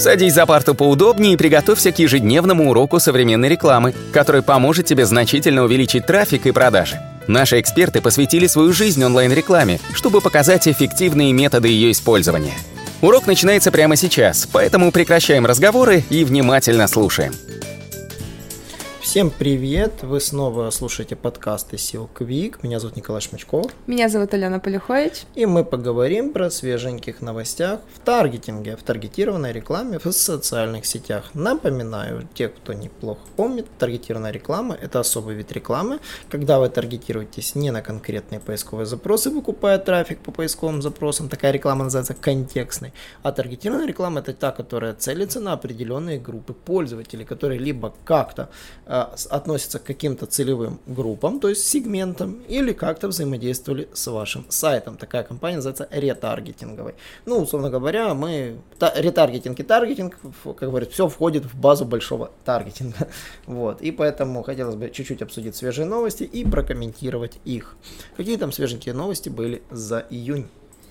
Садись за парту поудобнее и приготовься к ежедневному уроку современной рекламы, который поможет тебе значительно увеличить трафик и продажи. Наши эксперты посвятили свою жизнь онлайн-рекламе, чтобы показать эффективные методы ее использования. Урок начинается прямо сейчас, поэтому прекращаем разговоры и внимательно слушаем. Всем привет! Вы снова слушаете подкасты SEO Quick. Меня зовут Николай Шмачков. Меня зовут Алена Полюхович. И мы поговорим про свеженьких новостях в таргетинге, в таргетированной рекламе в социальных сетях. Напоминаю, те, кто неплохо помнит, таргетированная реклама – это особый вид рекламы, когда вы таргетируетесь не на конкретные поисковые запросы, выкупая трафик по поисковым запросам. Такая реклама называется контекстной. А таргетированная реклама – это та, которая целится на определенные группы пользователей, которые либо как-то относятся к каким-то целевым группам, то есть сегментам, или как-то взаимодействовали с вашим сайтом. Такая компания называется ретаргетинговой. Ну, условно говоря, ретаргетинг и таргетинг, как говорят, все входит в базу большого таргетинга. Вот. И поэтому хотелось бы чуть-чуть обсудить свежие новости и прокомментировать их. Какие там свеженькие новости были за июнь?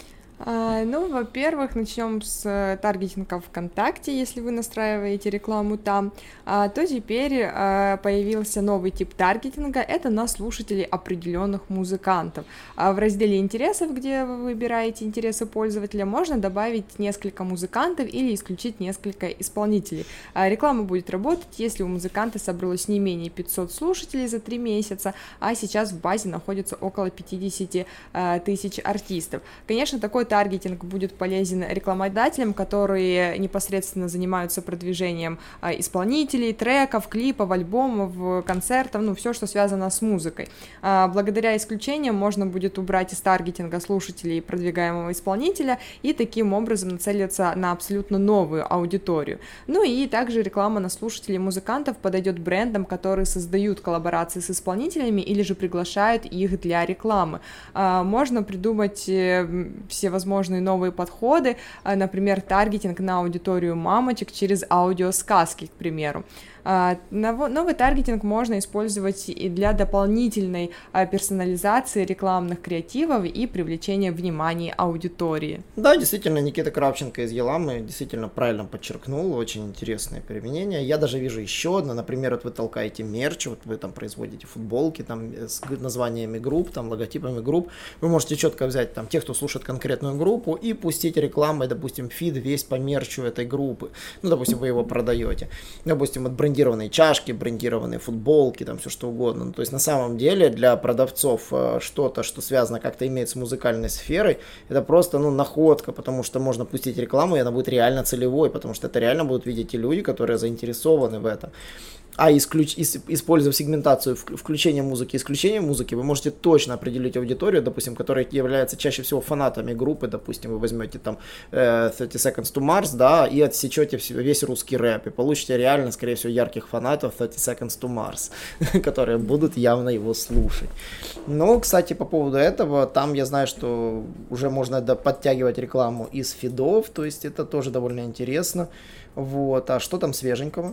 Во-первых, начнем с таргетинга ВКонтакте. Если вы настраиваете рекламу там, то теперь появился новый тип таргетинга. Это на слушателей определенных музыкантов. В разделе интересов, где вы выбираете интересы пользователя, можно добавить несколько музыкантов или исключить несколько исполнителей. Реклама будет работать, если у музыканта собралось не менее 500 слушателей за 3 месяца, а сейчас в базе находится около 50 тысяч артистов. Конечно, такой таргетинг будет полезен рекламодателям, которые непосредственно занимаются продвижением исполнителей, треков, клипов, альбомов, концертов, все, что связано с музыкой. Благодаря исключениям можно будет убрать из таргетинга слушателей продвигаемого исполнителя и таким образом нацелиться на абсолютно новую аудиторию. И также реклама на слушателей музыкантов подойдет брендам, которые создают коллаборации с исполнителями или же приглашают их для рекламы. Можно придумать все возможные новые подходы, например, таргетинг на аудиторию мамочек через аудиосказки, к примеру. Новый таргетинг можно использовать и для дополнительной персонализации рекламных креативов и привлечения внимания аудитории. Да, действительно, Никита Кравченко из Еламы действительно правильно подчеркнул, очень интересное применение. Я даже вижу еще одно, например, вы толкаете мерч, вы там производите футболки там с названиями групп, там логотипами групп, вы можете четко взять там тех, кто слушает конкретную группу, и пустить рекламой, допустим, фид весь по мерчу этой группы. Допустим, вы его продаете. Допустим, брендированные чашки, брендированные футболки, там все что угодно. То есть на самом деле для продавцов что-то, что связано как-то имеет с музыкальной сферой, это просто находка, потому что можно пустить рекламу, и она будет реально целевой, потому что это реально будут видеть и люди, которые заинтересованы в этом. А используя сегментацию включения музыки и исключения музыки, вы можете точно определить аудиторию, допустим, которая является чаще всего фанатами группы, допустим, вы возьмете там 30 Seconds to Mars, да, и отсечете весь русский рэп, и получите реально, скорее всего, ярких фанатов 30 Seconds to Mars, которые будут явно его слушать. Кстати, по поводу этого, там я знаю, что уже можно подтягивать рекламу из фидов, то есть это тоже довольно интересно. Вот, а что там свеженького?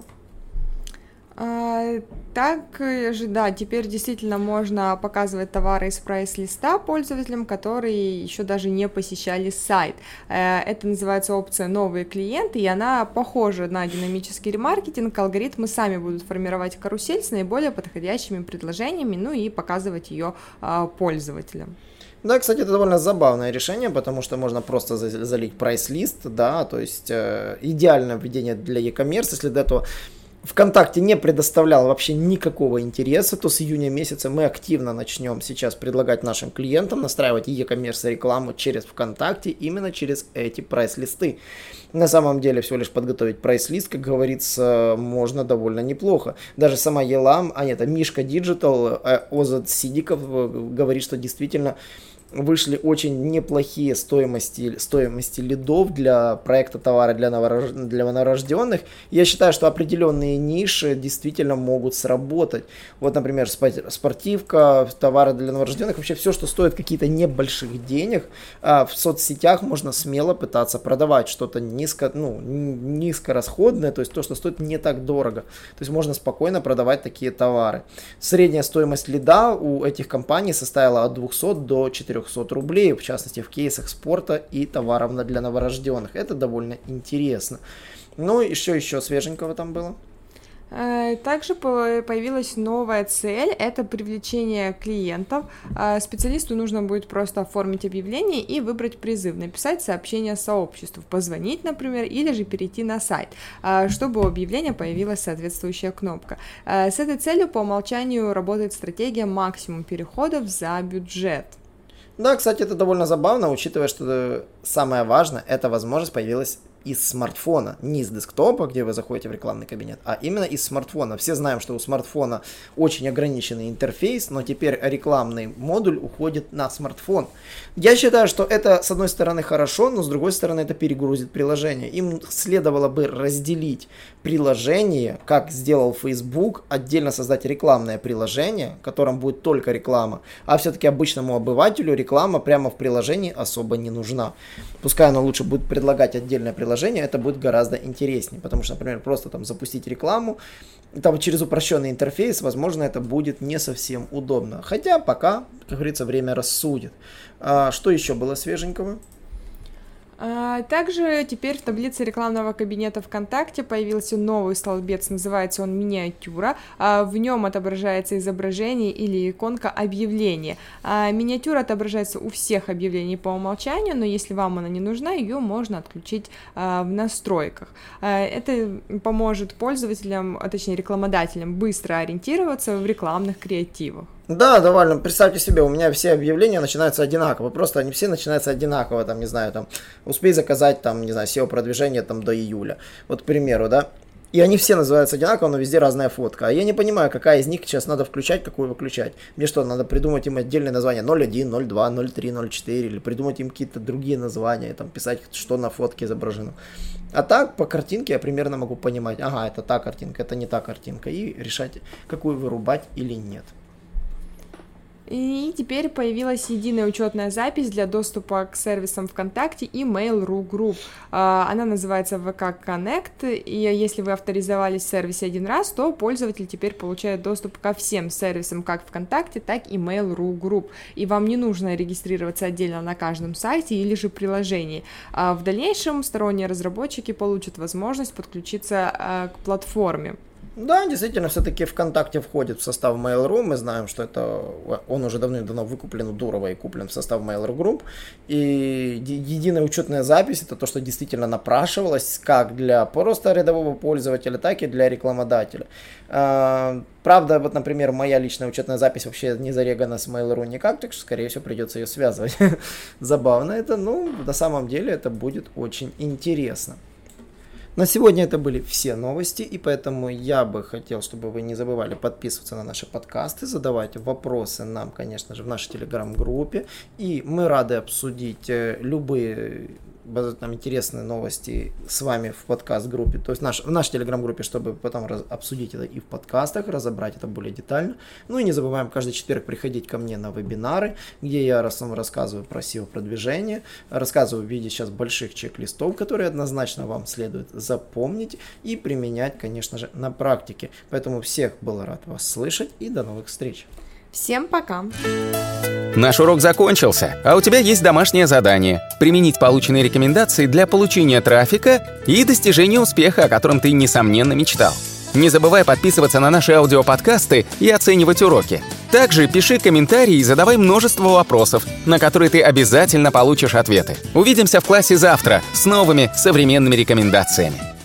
Теперь действительно можно показывать товары из прайс-листа пользователям, которые еще даже не посещали сайт. Это называется опция «Новые клиенты», и она похожа на динамический ремаркетинг. Алгоритмы сами будут формировать карусель с наиболее подходящими предложениями, и показывать ее пользователям. Да, кстати, это довольно забавное решение, потому что можно просто залить прайс-лист, да, то есть идеальное введение для e-commerce, если до этого ВКонтакте не предоставлял вообще никакого интереса, то с июня месяца мы активно начнем сейчас предлагать нашим клиентам настраивать e-commerce рекламу через ВКонтакте, именно через эти прайс-листы. На самом деле всего лишь подготовить прайс-лист, как говорится, можно довольно неплохо. Даже сама Елам, Мишка Digital, Озад Сидиков говорит, что действительно вышли очень неплохие стоимости лидов для проекта товара для новорожденных. Я считаю, что определенные ниши действительно могут сработать. Вот, например, спортивка, товары для новорожденных, вообще все, что стоит какие-то небольших денег, в соцсетях можно смело пытаться продавать что-то низкорасходное, то есть то, что стоит не так дорого. То есть можно спокойно продавать такие товары. Средняя стоимость лида у этих компаний составила от 200 до 400 400 рублей, в частности в кейсах спорта и товаров для новорожденных. Это довольно интересно. Ну и что еще свеженького там было? Также появилась новая цель – это привлечение клиентов. Специалисту нужно будет просто оформить объявление и выбрать призыв, написать сообщение сообществу, позвонить, например, или же перейти на сайт, чтобы у объявления появилась соответствующая кнопка. С этой целью по умолчанию работает стратегия максимум переходов за бюджет. Да, кстати, это довольно забавно, учитывая, что самое важное – это возможность появилась из смартфона, не из десктопа, где вы заходите в рекламный кабинет, а именно из смартфона. Все знаем, что у смартфона очень ограниченный интерфейс, но теперь рекламный модуль уходит на смартфон. Я считаю, что это, с одной стороны, хорошо, но с другой стороны, это перегрузит приложение. Им следовало бы разделить приложение, как сделал Facebook, отдельно создать рекламное приложение, в котором будет только реклама, а все-таки обычному обывателю реклама прямо в приложении особо не нужна. Пускай оно лучше будет предлагать отдельное приложение, это будет гораздо интереснее, потому что, например, просто там запустить рекламу, там через упрощенный интерфейс, возможно, это будет не совсем удобно. Хотя пока, как говорится, время рассудит. Что еще было свеженького? Также теперь в таблице рекламного кабинета ВКонтакте появился новый столбец, называется он «Миниатюра». В нем отображается изображение или иконка объявления. Миниатюра отображается у всех объявлений по умолчанию, но если вам она не нужна, ее можно отключить в настройках. Это поможет пользователям, а точнее рекламодателям, быстро ориентироваться в рекламных креативах. Да, довольно. Представьте себе, у меня все объявления начинаются одинаково. Просто они все начинаются одинаково. Там, не знаю, там, успей заказать, там, не знаю, SEO-продвижение там до июля. Вот, к примеру, да. И они все называются одинаково, но везде разная фотка. А я не понимаю, какая из них сейчас надо включать, какую выключать. Мне что, надо придумать им отдельные названия 01, 02, 03, 04, или придумать им какие-то другие названия, там, писать, что на фотке изображено. А так, по картинке я примерно могу понимать, ага, это та картинка, это не та картинка, и решать, какую вырубать или нет. И теперь появилась единая учетная запись для доступа к сервисам ВКонтакте и Mail.ru Group. Она называется VK Connect, и если вы авторизовались в сервисе один раз, то пользователь теперь получает доступ ко всем сервисам, как ВКонтакте, так и Mail.ru Group. И вам не нужно регистрироваться отдельно на каждом сайте или же приложении. В дальнейшем сторонние разработчики получат возможность подключиться к платформе. Да, действительно, все-таки ВКонтакте входит в состав Mail.ru. Мы знаем, что это он уже давным-давно выкуплен у Дурова и куплен в состав Mail.ru Group. И единая учетная запись — это то, что действительно напрашивалось как для просто рядового пользователя, так и для рекламодателя. Правда, вот, например, моя личная учетная запись вообще не зарегана с Mail.ru никак, так что, скорее всего, придется ее связывать. Забавно это, но на самом деле это будет очень интересно. На сегодня это были все новости, и поэтому я бы хотел, чтобы вы не забывали подписываться на наши подкасты, задавать вопросы нам, конечно же, в нашей телеграм-группе, и мы рады обсудить любые там интересные новости с вами в подкаст-группе, то есть в нашей телеграм-группе, чтобы потом обсудить это и в подкастах, разобрать это более детально. Ну и не забываем каждый четверг приходить ко мне на вебинары, где я рассказываю про SEO-продвижение, рассказываю в виде сейчас больших чек-листов, которые однозначно вам следует запомнить и применять, конечно же, на практике. Поэтому всех был рад вас слышать и до новых встреч. Всем пока! Наш урок закончился, а у тебя есть домашнее задание – применить полученные рекомендации для получения трафика и достижения успеха, о котором ты, несомненно, мечтал. Не забывай подписываться на наши аудиоподкасты и оценивать уроки. Также пиши комментарии и задавай множество вопросов, на которые ты обязательно получишь ответы. Увидимся в классе завтра с новыми современными рекомендациями.